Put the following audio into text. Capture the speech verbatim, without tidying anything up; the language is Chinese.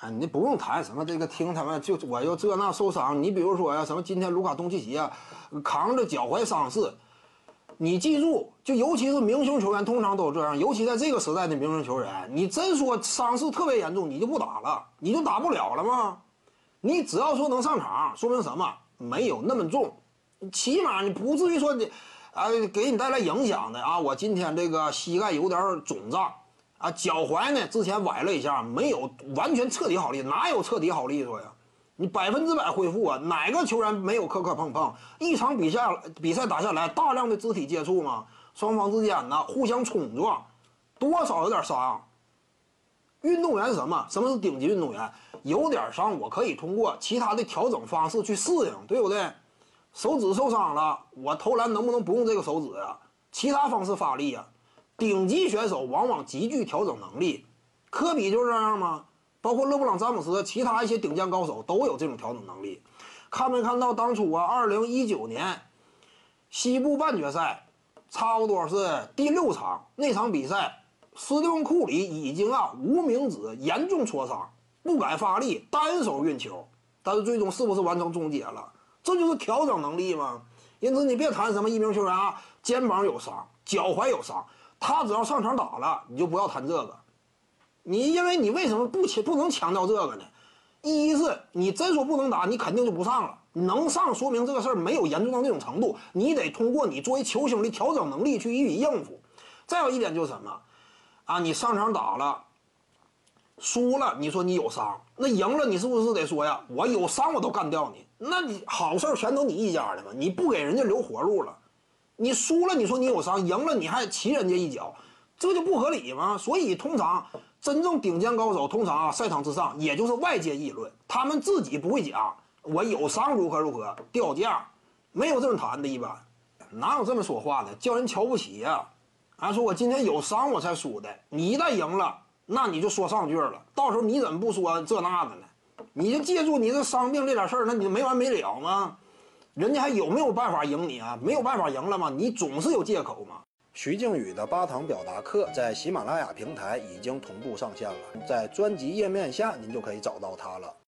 啊，你不用谈什么这个听他们就我又这那受伤，你比如说呀，什么今天卢卡东契奇啊，扛着脚踝伤势，你记住，就尤其是明星球员，通常都是这样，尤其在这个时代的明星球员，你真说伤势特别严重，你就不打了，你就打不了了吗？你只要说能上场，说明什么？没有那么重，起码你不至于说你，啊，给你带来影响的啊。我今天这个膝盖有点肿胀。啊，脚踝呢？之前崴了一下，没有完全彻底好利，哪有彻底好利索呀？你百分之百恢复啊？哪个球员没有磕磕碰碰？一场比赛比赛打下来，大量的肢体接触嘛，双方之间呢互相冲撞，多少有点伤。运动员是什么？什么是顶级运动员？有点伤，我可以通过其他的调整方式去适应，对不对？手指受伤了，我投篮能不能不用这个手指啊？其他方式发力啊？顶级选手往往极具调整能力，科比就这样吗？包括勒布朗詹姆斯，其他一些顶尖高手都有这种调整能力。看没看到当初啊，二零一九年西部半决赛，差不多是第六场那场比赛，斯蒂芬库里已经啊无名指严重挫伤，不敢发力，单手运球，但是最终是不是完成终结了？这就是调整能力吗？因此你别谈什么一名球员啊，肩膀有伤，脚踝有伤。他只要上场打了，你就不要谈这个。你因为你为什么不不能强调这个呢？一是你真说不能打，你肯定就不上了。能上说明这个事儿没有严重到那种程度，你得通过你作为球星的调整能力去予以应付。再有一点就是什么啊？你上场打了，输了，你说你有伤，那赢了你是不是得说呀？我有伤我都干掉你，那你好事全都你一家的嘛，你不给人家留活路了。你输了，你说你有伤；赢了，你还骑人家一脚，这就不合理吗？所以，通常真正顶尖高手，通常啊，赛场之上，也就是外界议论，他们自己不会讲我有伤如何如何掉价，没有这么谈的，一般哪有这么说话的？叫人瞧不起呀、啊！啊，说我今天有伤我才输的，你一旦赢了，那你就说上句了，到时候你怎么不说这那的呢？你就记住你这伤病这点事儿，那你没完没了吗？人家还有没有办法赢你啊？没有办法赢了吗？你总是有借口嘛。 徐静宇的八堂表达课在喜马拉雅平台已经同步上线了，在专辑页面下您就可以找到它了。